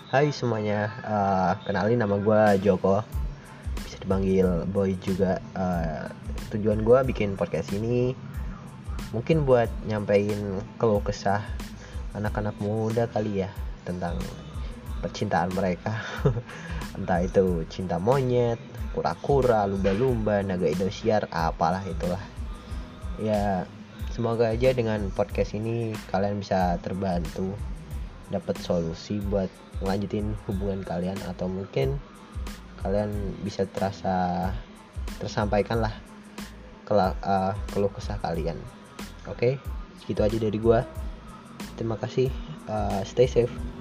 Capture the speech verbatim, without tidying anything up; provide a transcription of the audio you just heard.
Hai semuanya, eh, kenalin nama gue Joko, bisa dipanggil Boy juga. Eh, tujuan gue bikin podcast ini mungkin buat nyampein keluh kesah anak-anak muda kali ya, tentang percintaan mereka. Entah itu cinta monyet, kura-kura, lumba-lumba, naga Indosiar, apalah itulah. Ya, semoga aja dengan podcast ini kalian bisa terbantu, dapat solusi buat ngelanjutin hubungan kalian, atau mungkin kalian bisa terasa tersampaikan lah kela, uh, keluh kesah kalian. Oke, segitu aja dari gua. Terima kasih. Uh, stay safe.